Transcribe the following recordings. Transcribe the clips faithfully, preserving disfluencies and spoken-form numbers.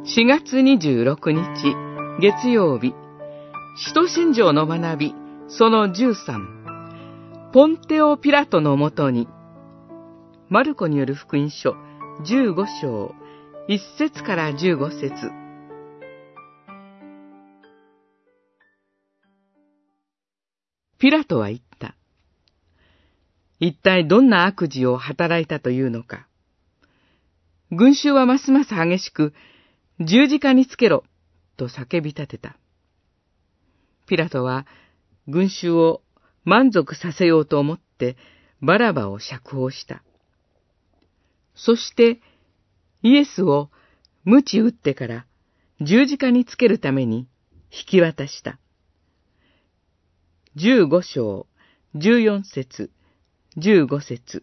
しがつにじゅうろくにち月曜日、使徒信条の学びそのじゅうさん、ポンテオ・ピラトのもとに。マルコによる福音書じゅうごしょういっせつからじゅうごせつ。ピラトは言った。一体どんな悪事を働いたというのか。群衆はますます激しく、十字架につけろと叫び立てた。ピラトは群衆を満足させようと思ってバラバを釈放した。そしてイエスを鞭打ってから十字架につけるために引き渡した。じゅうごしょうじゅうよんせつじゅうごせつ。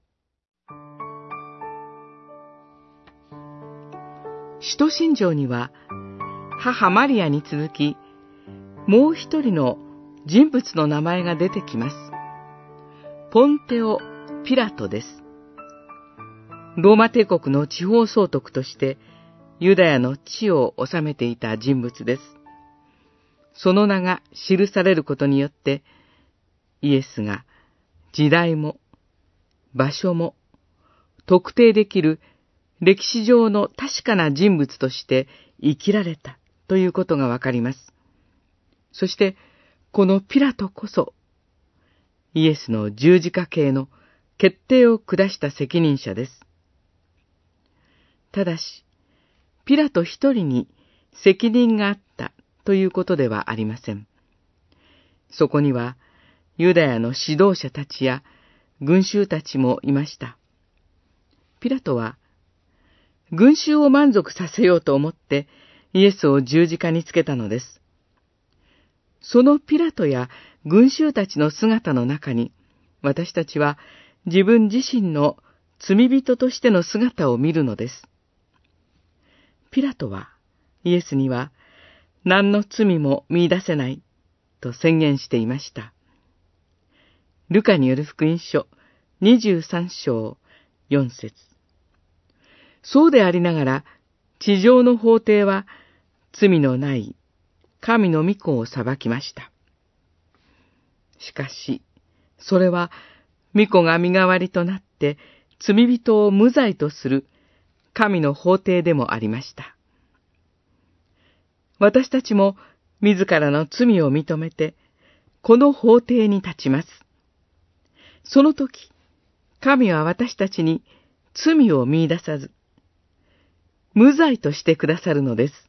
使徒信条には母マリアに続きもう一人の人物の名前が出てきます。ポンテオ・ピラトです。ローマ帝国の地方総督としてユダヤの地を治めていた人物です。その名が記されることによってイエスが時代も場所も特定できる歴史上の確かな人物として生きられたということがわかります。そしてこのピラトこそイエスの十字架刑の決定を下した責任者です。ただしピラト一人に責任があったということではありません。そこにはユダヤの指導者たちや群衆たちもいました。ピラトは群衆を満足させようと思ってイエスを十字架につけたのです。そのピラトや群衆たちの姿の中に、私たちは自分自身の罪人としての姿を見るのです。ピラトはイエスには何の罪も見出せないと宣言していました。ルカによる福音書にじゅうさんしょうよんせつ。そうでありながら、地上の法廷は罪のない神の御子を裁きました。しかし、それは御子が身代わりとなって罪人を無罪とする神の法廷でもありました。私たちも自らの罪を認めて、この法廷に立ちます。その時、神は私たちに罪を見出さず、無罪としてくださるのです。